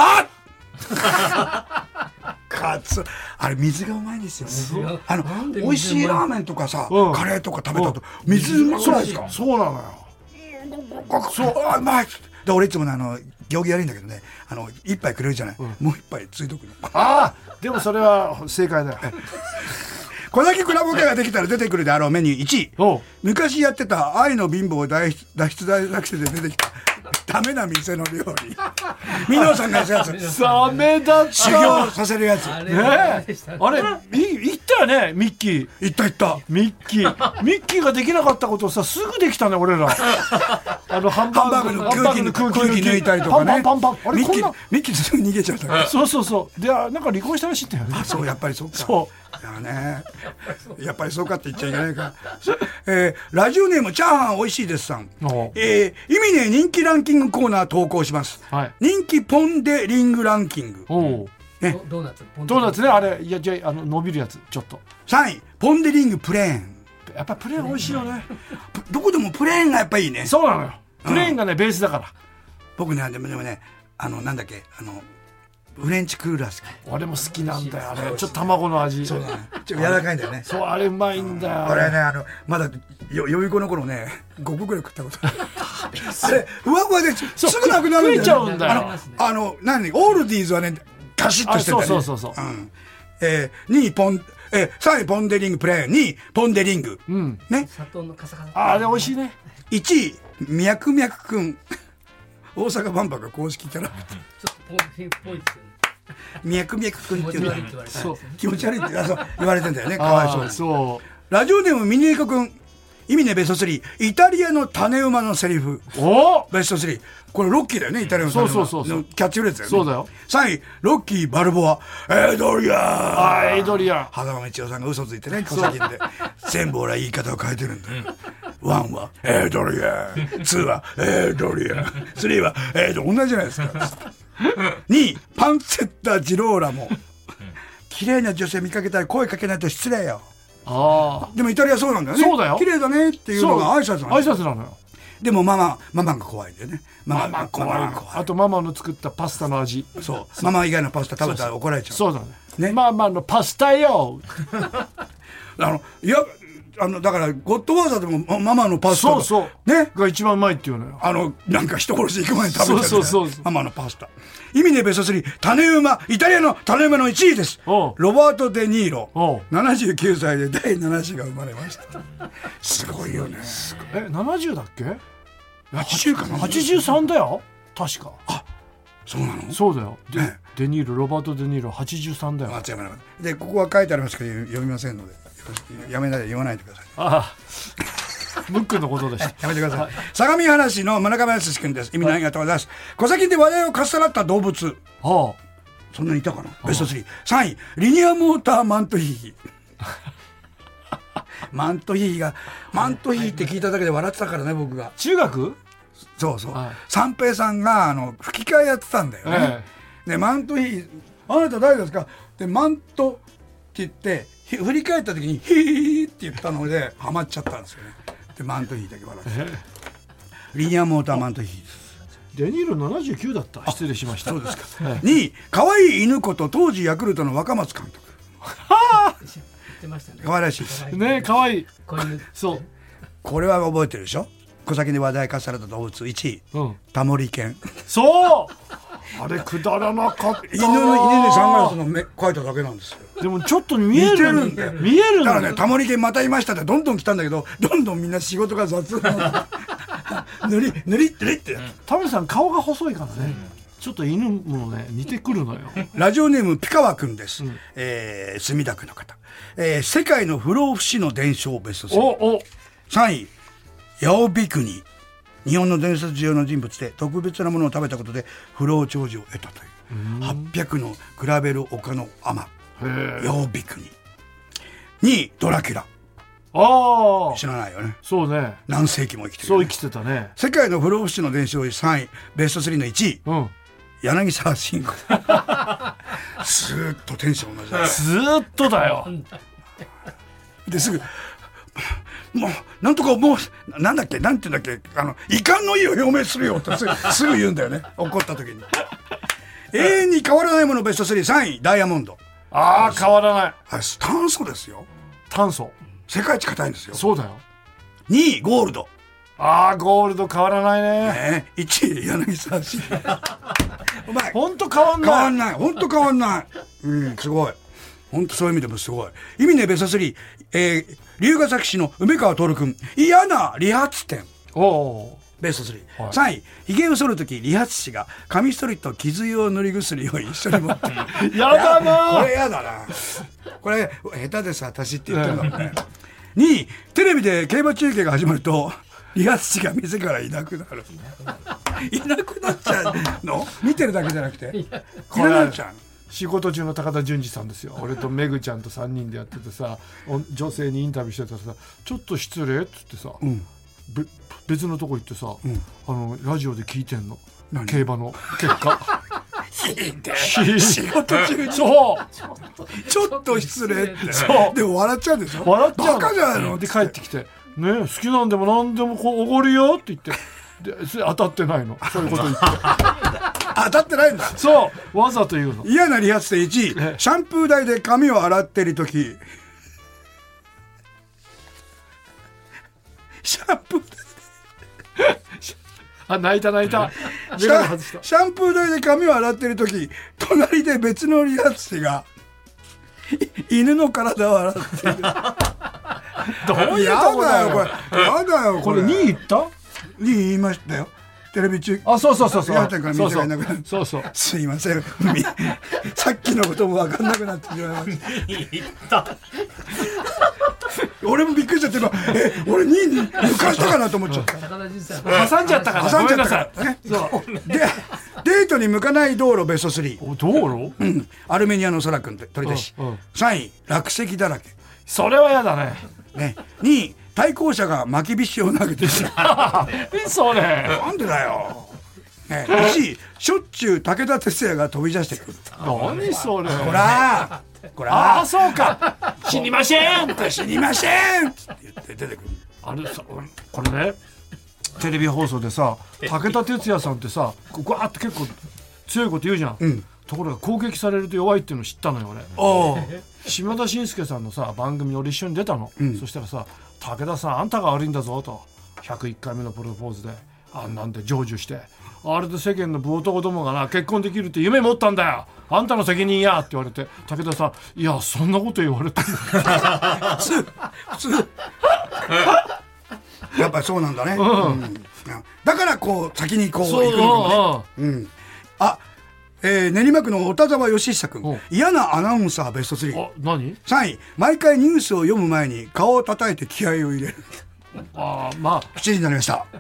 あれ水がうまいんですよね。美味しいラーメンとかさ、カレーとか食べたと水うまくないですか？ そうなのよ。 そう、うまい。で俺いつも行儀悪いんだけどね、一杯くれるじゃない。もう一杯ついとくの。 でもそれは正解だよ。 小崎クラブカができたら出てくるであろうメニュー1位。昔やってた愛の貧乏脱出大作戦で出てきたダメな店の料理。ミノさんがやるやつ。 ダメだった。 修行させるやつ。 あれ行ったよね、ミッキー。 行ったミッキーができなかったことをさ、すぐできたね俺ら。ハンバーグの空気抜いたりとかね。パンパン。あれこんなミッキーすぐ逃げちゃった。 そうで、なんか離婚したらしいんだよね。 そう、やっぱりそうか。やっぱりそうかって言っちゃいけないか。ラジオネームチャーハン美味しいですさん。意味ね人気ランキングコーナー投稿します。人気ポンデリングランキング。 ね、 ドーナツドーナツね、あれ、いやじゃあ伸びるやつちょっと。 3位ポン・デ・リングプレーン。 やっぱプレーン美味しいよね。 どこでもプレーンがやっぱいいね。 そうなのよ、プレーンがね、ベースだから。 僕ね、でもね、なんだっけ、フレンチクーラー好き。 俺も好きなんだよ、あれ。ちょっと卵の味。 そうだね。ちょっと柔らかいんだよね。 そう、あれうまいんだよ。 俺ね、まだ予備校の頃ね、5個ぐらい食ったことある。あれ、ふわふわですぐなくなるんだよね。 食えちゃうんだよ。 オールディーズはね、カシッとしてたよね。 そう。 2位3位ポン・デ・リングプレーン、2位ポン・デ・リング。ね。 砂糖のカサカサ。 あれ美味しいね。 1位、ミャクミャクくん。大阪万博が公式キャラ。 ちょっとポンっぽいですよね。 ミャクミャクくんっていうのは気持ち悪いって言われてんだよね。かわいそうに。 そう。 ラジオネームミニエコくん。意味ねベスト3。イタリアの種馬のセリフ。ベスト3。これロッキーだよね、イタリアの種馬のキャッチフレーズだよね。 そうだよ。 3位、ロッキー・バルボア。エドリアン。 エドリアン。 羽川道夫さんが嘘ついてね、小崎で。全部俺は言い方を変えてるんだよ。1はエドリアン。2はエドリアン。3は同じじゃないですか。2位、パンセッタ・ジローラモ。綺麗な女性見かけたら声かけないと失礼よ。でもイタリアそうなんだよね。 そうだよ。 綺麗だねっていうのが挨拶なの。 挨拶なのよ。 でもママが怖いんだよね。ママ怖い。 あとママの作ったパスタの味。 そう。ママ以外のパスタ食べたら怒られちゃう。 そうだね。ママのパスタよ。 いや、だからゴッドファーザーでもママのパスタねが一番うまいっていうのよ。 なんか人殺し行く前に食べちゃう。 そう。 ママのパスタ。意味ねベスト3。種馬、イタリアの種馬の1位です。ロバート・デ・ニーロ。79歳で第7子が生まれました。すごいよね。 70だっけ ？80かな ？83だよ確か。 あ、そうなの？ そうだよ。デニーロ、ロバート・デ・ニーロ83だよ。 間違いない。でここは書いてありますけど読みませんので、やめないで言わないでください。 ああ、ムックのことでした。 やめてください。相模原市の村上康君です。意味ないがとうございます。小崎で話題をかっさらった動物。そんなにいたかな。ベスト3。3位、リニアモーターマントヒヒ。マントヒヒって聞いただけで笑ってたからね、僕が。 中学？ そう。三平さんが吹き替えやってたんだよね。で、マントヒヒ、あなた誰ですか？で、マントって言って振り返った時にヒヒって言ったのでハマっちゃったんですよね。で、マントヒヒだけ笑って。リニアモーターマントヒヒです。 デニーロ79だった。失礼しました。 そうですか。2位、可愛い犬こと当時ヤクルトの若松監督。可愛らしいね。可愛い。そう。 これは覚えてるでしょ。小崎で話題化された動物1位、タモリ犬。 そう。あれくだらなかった。 犬にサングラスの目描いただけなんですよ。 でもちょっと見えるんだよ。だからね、タモリ犬またいましたってどんどん来たんだけど、どんどんみんな仕事が雑な塗りってタモリさん顔が細いからね、ちょっと犬もね似てくるのよ。 ラジオネームピカワくんです。墨田区の方。世界の不老不死の伝承ベスト3。3位、ヤオビクニ。日本の伝説上の人物で特別なものを食べたことで不老長寿を得たという。800の比べる丘の天、ヤオビクニ。2位、ドラキュラ。知らないよね。 そうね。 何世紀も生きてる、 そう生きてたね。 世界の不老不死の伝承3位、ベスト3の1位、柳沢慎吾。スーッとテンション同じだ。 スーッとだよ。 ですぐもうなんとかもうなんだっけ、なんて言うんだっけ、遺憾の意を表明するよってすぐ言うんだよね、怒った時に。永遠に変わらないものベスト3。3位、ダイヤモンド。 変わらない。 炭素ですよ。 炭素。 世界一硬いんですよ。 そうだよ。 2位、ゴールド。 ゴールド変わらないね。 1位、柳沢慎吾。うまい。 ほんと変わんない。 ほんと変わんない。すごい。ほんとそういう意味でもすごい。意味ねベスト3。龍ケ崎市の梅川徹君。嫌な理髪店。ベスト3。3位、髭を剃るとき理髪師が紙ストリット傷用塗り薬を一緒に持ってる。 やだな。 これやだな。これ下手です私って言ってるんだもんね。2位、テレビで競馬中継が始まると理髪師が店からいなくなる。いなくなっちゃうの？見てるだけじゃなくていなくなっちゃう。 仕事中の高田純次さんですよ。俺とめぐちゃんと3人でやっててさ、女性にインタビューしてたらさ、ちょっと失礼っつってさ、別のとこ行ってさ、ラジオで聞いてんの、競馬の結果。 仕事中にそうちょっと失礼ってそうでも笑っちゃうんでしょ。 笑っちゃうバカじゃないので帰ってきてね好きなんでも何でもこうおごるよって言ってで当たってないのそういうこと言って当たってないんだ。 そうわざと言うの嫌な理髪店1位シャンプー台で髪を洗ってる時シャンプー泣いたシャンプー台で髪を洗ってる時隣で別の理髪師が犬の体を洗ってる。 どういうとこだよこれやだよこれ2位言った ?2 位言いましたよ。テレビ中そうそうやったから見てられなくなる。 そうすいませんさっきのことも分かんなくなってしまいました俺もびっくりしちゃって今俺2位に抜かしたかなと思っちゃった。 挟んじゃったから挟んじゃったかからね。でデートに向かない道路ベスト3。 道路、 アルメニアの空くん鳥出し、3位落石だらけそれはやだね 2位対向車が巻き菱を投げてるそれなんでだよ、1位しょっちゅう武田鉄矢が飛び出してくる。 何それこらそうか死にません死にませんって言って出てくる。 あれさこれねテレビ放送でさ武田鉄矢さんってさグワーって結構強いこと言うじゃん、ところが攻撃されると弱いっていうの知ったのよ俺。島田紳介さんのさ番組に俺一緒に出たの、そしたらさ武田さんあんたが悪いんだぞと101回目のプロポーズであんなんで成就してあれで世間の武男どもがな結婚できるって夢持ったんだよあんたの責任やって言われて武田さんいやそんなこと言われて普通やっぱりそうなんだね、だからこう先にこう行くのかね。練馬区の小田沢義久君嫌なアナウンサーベスト3。 何 3位毎回ニュースを読む前に顔を叩いて気合を入れる。7時になりました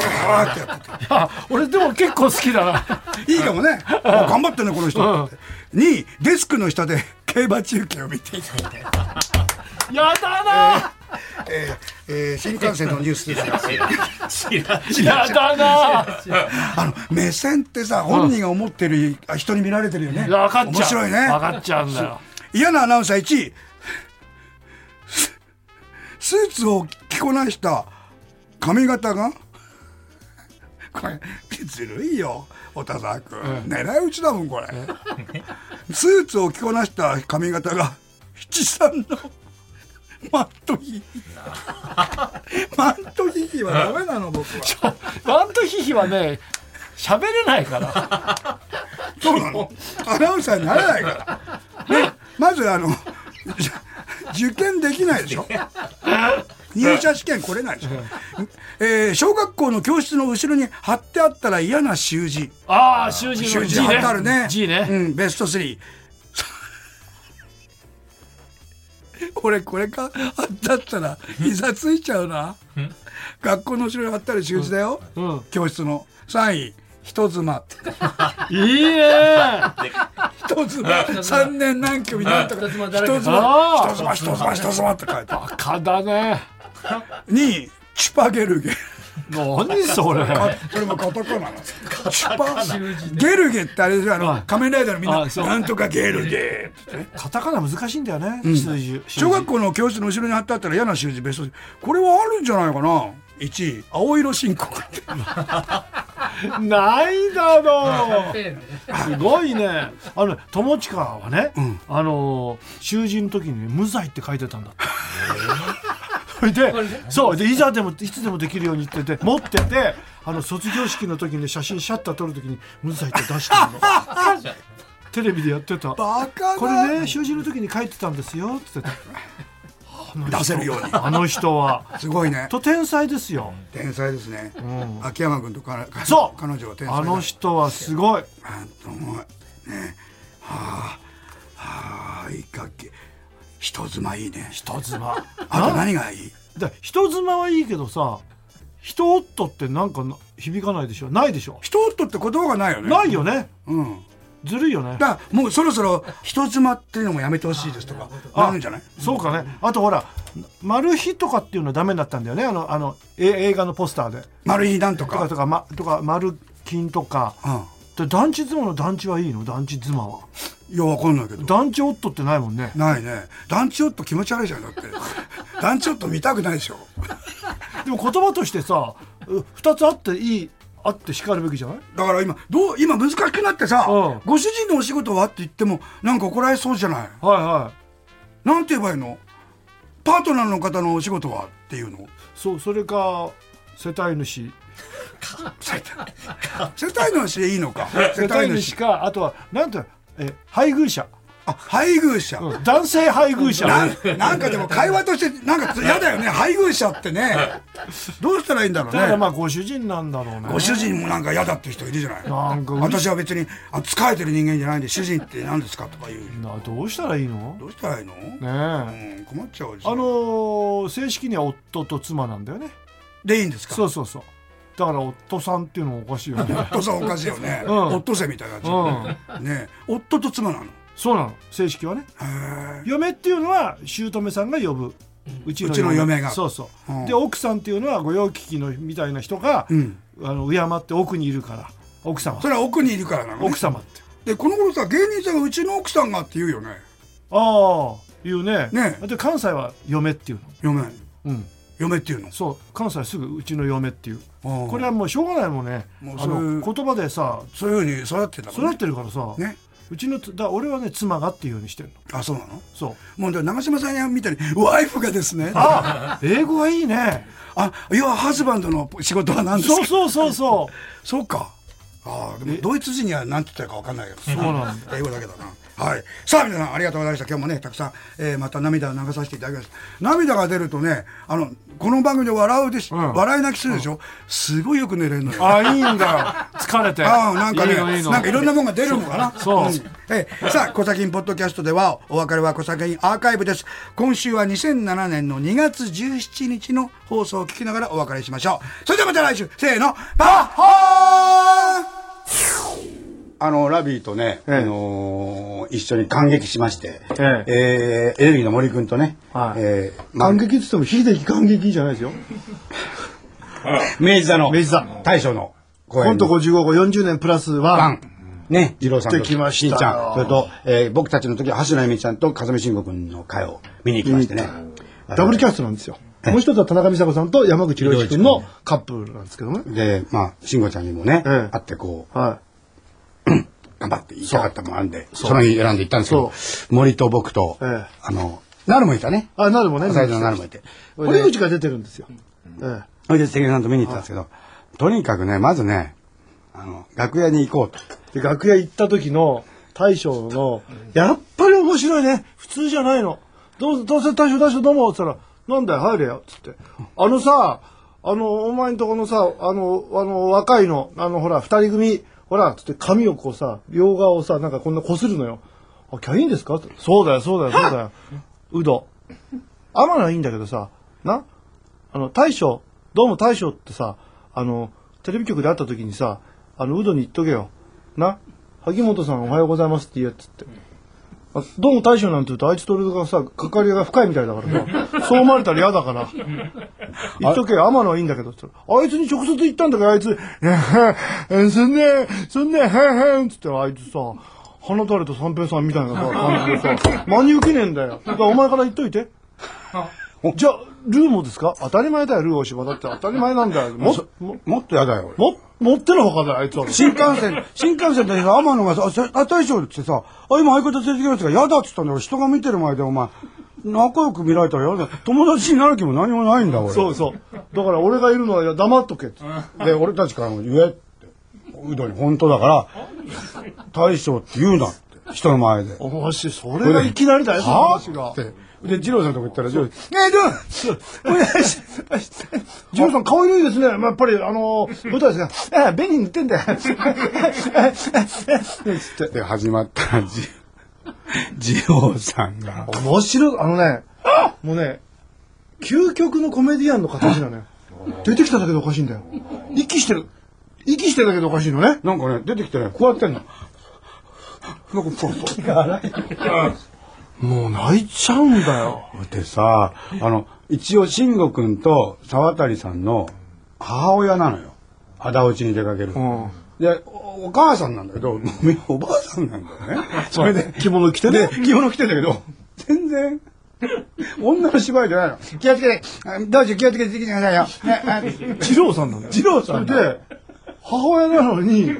俺でも結構好きだないいかもね頑張ってんねこの人、2位デスクの下で競馬中継を見ていた。 やだな新幹線のニュースですやだな目線ってさ本人が思ってる人に見られてるよね。 分かっちゃう面白いね。 分かっちゃうんだよ。 嫌なアナウンサー1位スーツを着こなした髪型がこれずるいよ小田沢君、狙い撃ちだもんこれスーツを着こなした髪型が七三のマットヒヒマットヒヒはダメなの僕は。 マットヒヒはね喋れないからそうなのアナウンサーになれないから、ね、まず受験できないでしょ入社試験来れないでしょ、小学校の教室の後ろに貼ってあったら嫌な習字。 習字習字貼ってあるね。 G ね、 ベスト3俺これか貼ってあったら膝ついちゃうな学校の後ろに貼ってある習字だよ、教室の。3位人妻いいね人妻3年何組なんとか人妻って書いてある。 バカだね。 2位チュパゲルゲ何それそれもカタカナなの。チュパゲルゲってあれでしょ仮面ライダーのみんななんとかゲルゲってカタカナ難しいんだよね、 小学校の教室の後ろに貼ってあったら嫌な習字ベスト。これはあるんじゃないかな。1位青色申告ないだろうすごいね。友近はね、習字の時に、無罪って書いてたんだでそうでいつでもできるようにって持ってて卒業式の時に写真シャッター撮る時に無罪って出してるのテレビでやってた。 バカだこれね習字の時に書いてたんですよって言って出せるように。 あの人はすごいね。 天才ですよ。 天才ですね。秋山君とそう彼女は天才だ。 あの人はすごい。 ねいいかっけ。人妻いいね。 人妻。 あと何がいい？ 人妻はいいけどさ、人夫ってなんか響かないでしょ。ないでしょ。 人夫って言葉がないよね。 ないよね。ずるいよね。 だからもうそろそろ人妻っていうのもやめてほしいですとかなるんじゃない？ そうかね。あとほらマル秘とかっていうのはダメだったんだよね。映画のポスターでマル秘なんとかとかマルキンとか、 で団地妻の団地はいいの？団地妻は。 いや、わかんないけど。 団地夫ってないもんね。 ないね。団地夫気持ち悪いじゃん、だって。団地夫見たくないでしょ。 でも言葉としてさ、2つあっていい、あって叱るべきじゃない？ だから今難しくなってさ、ご主人のお仕事はって言っても、なんか怒られそうじゃない。 はいはい。 なんて言えばいいの？パートナーの方のお仕事はっていうの？ そう、それか、世帯主。 世帯主でいいのか。 世帯主か、あとは、なんて、配偶者。 配偶者、 男性配偶者。 なんかでも会話としてなんか嫌だよね、配偶者ってね。どうしたらいいんだろうね。 だからまあご主人なんだろうね。 ご主人もなんか嫌だって人いるじゃない。 なんか私は別に仕えてる人間じゃないんで、主人って何ですかとか言う。 どうしたらいいの？ どうしたらいいの？ ねえ、 困っちゃう。 正式には夫と妻なんだよね。 でいいんですか？ そうそうそう。だから夫さんっていうのもおかしいよね。 夫さんおかしいよね。夫せみたいな感じ。ね、夫と妻なの。 そうなの、正式はね。嫁っていうのは姑さんが呼ぶ、うちの嫁が。そうそう。で奥さんっていうのは御用聞きのみたいな人が、敬って奥にいるから奥様。 それは奥にいるからなのね。 奥様って。 でこの頃さ、芸人さんがうちの奥さんがって言うよね。 ああ、言うね。 ね。 で関西は嫁っていうの。 嫁。嫁っていうの。 そう、関西すぐうちの嫁っていう。これはもうしょうがないもんね。言葉でさ、 そういう風に育ってんだもんね。 育ってるからさ。ね。うちの俺はね、妻がっていうようにしてるの。 あ、そうなの？ そう。 もう長嶋さんみたいにワイフがですね。 英語はいいね。 要はハズバンドの仕事は何ですか？ そう。 そうか。でもドイツ人には何て言ったらか分かんないけど。 そうなんだ。 英語だけだな。はい。さあ皆さんありがとうございました。今日もねたくさん、また涙を流させていただきました。涙が出るとね、この番組で笑い泣きするでしょ。すごいよく寝れるのよ。 いいんだよ。疲れて。 なんかね、なんかいろんなものが出るのかな。 そう。 さあ、コサキンポッドキャストではお別れはコサキンアーカイブです。今週は2007年の2月17日の放送を聞きながらお別れしましょう。それではまた来週、せーの、パッホー。ラビーとね、一緒に感激しまして、エレビーの森君とね、 感激って言っても秀樹感激じゃないですよ。 明治座の大将の公演、コント55号40年プラス1 ね、二郎さんとしんちゃん、それと、僕たちの時は橋野恵美ちゃんと風見慎吾君の会を見に行きましてね、 ダブルキャストなんですよ。もう一つは田中美佐子さんと山口良一君のカップルなんですけどね。 で、慎吾ちゃんにもね、会ってこう、頑張って言いたかったもんあるんで、その日選んで行ったんですけど、森と僕と、なるもいたね。 なるもね。 最初のなるもいて。 堀口が出てるんですよ。 それで関根さんと見に行ったんですけど、とにかくね、まずね、楽屋に行こうと。 で、楽屋行った時の大将の、やっぱり面白いね。普通じゃないの。どうせ大将どうも、つったら、なんだよ、入れよ、つって。お前んとこのさ、若いの、ほら、二人組、ほら、つって髪をこうさ、両側をさ、なんかこんな擦るのよ。キャインですか？そうだよ。うど。天野はいいんだけどさ、大将、どうも大将ってさ、テレビ局で会った時にさ、うどに言っとけよ。萩本さんおはようございますって言えっつって。どうも大将なんて言うと、あいつと俺がさ、関わりが深いみたいだからさ、そう思われたら嫌だから。言っとけよ、天野はいいんだけどって言ったら、あいつに直接言ったんだから、あいつ、そんな、へんつってあいつさ、花垂れと三平さんみたいなさ、感じでさ、真に受けねえんだよ。だからお前から言っといて。じゃあ、ルーもですか？当たり前だよ、ルー大島だって当たり前なんだよ。 もっとやだよ。 持ってのほかだよ、あいつは。 新幹線でさ、天野がさ、大将ってさ、今相方連れてきますが、やだっつったんだよ。人が見てる前でお前、仲良く見られたらやだ。友達になる気も何もないんだ、俺。 そう。だから俺がいるのは黙っとけって。 で、俺たちからも言えって。うどに本当だから、大将って言うなって。人の前で。 面白い。それがいきなりだよ、その話が。 で、二郎さんとこ行ったら、二郎さん顔色いいですね。やっぱり、舞台ですが、紅塗ってんだよ。 で、始まったら、二郎さんが。 面白い。もうね、究極のコメディアンの形なのよ。出てきただけでおかしいんだよ。息してるだけでおかしいのね。 なんかね、出てきてね、こうやってんの。 もう泣いちゃうんだよ。 でさ、一応慎吾君と沢渡さんの母親なのよ。仇討ちに出かける。で、 お母さんなんだけど、おばあさんなんだよね。それで、 着物着てね。 着物着てんだけど、全然、女の芝居じゃないの。気をつけて、どうぞ気をつけてきてくださいよ。 二郎さんなんだよ。 二郎さんで、母親なのに、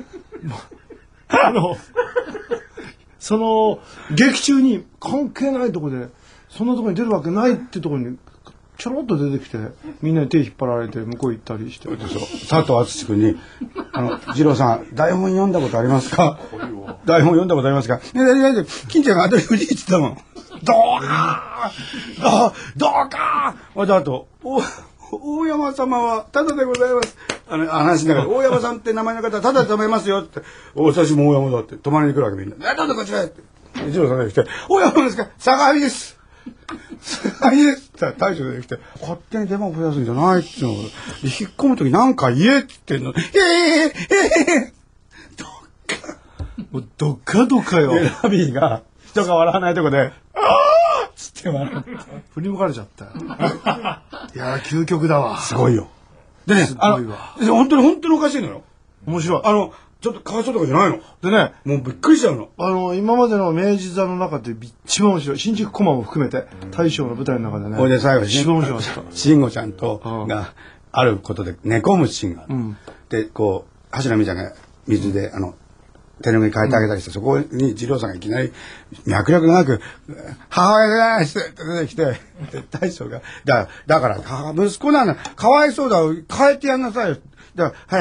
その、劇中に関係ないとこで、そんなとこに出るわけないってとこに、ちょろっと出てきて、みんなに手引っ張られて向こう行ったりして。 佐藤敦君に、二郎さん、台本読んだことありますか？台本読んだことありますか？金ちゃんが当たり前に言ってたもん。どうかあと、大山様はただでございます。話しながら、大山さんって名前の方はただで止めますよって。私も大山だって、泊まりに来るわけみんな。どうぞこちらへって。一郎さんが来て、大山ですか？相模です。相模ですって大将出てきて、勝手に出番を増やすんじゃないっていうのを、引っ込むときなんか言えって言ってんの。 どっかどっかよ。 ラビーが、人が笑わないとこで、つって笑う。 振り向かれちゃったよ。いやー、究極だわ。 すごいよ。でね、本当におかしいのよ。 面白い。 ちょっとかわいそうとかじゃないの。 でね、 もうびっくりしちゃうの。今までの明治座の中で一番面白い。新宿コマも含めて、大将の舞台の中でね。 これで最後一番面白かった。 慎吾ちゃんと、が、あることで寝込むシーンがある。で、こう、橋田美ちゃんが水で、手ぬぐい変えてあげたりして、そこに二郎さんがいきなり脈絡なく、母親ですって出てきて、大将が、だから、息子なの、かわいそうだ、変えてやんなさいよ。だから、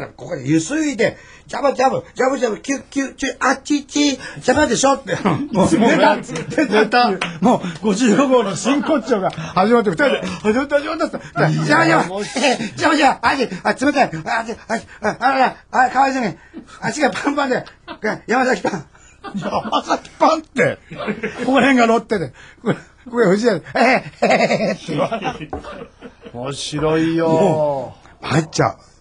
ここでゆすいで、ジャブ、キュッ、チュ、あっち、ジャブでしょって、もう、出た。もう、55号の真骨頂が始まって、二人で、始まった。ジャブ、冷たい。かわいそうに、足がパンパンで、山崎パンって、ここら辺が乗ってて、これ藤谷で、 面白いよ。 入っちゃう。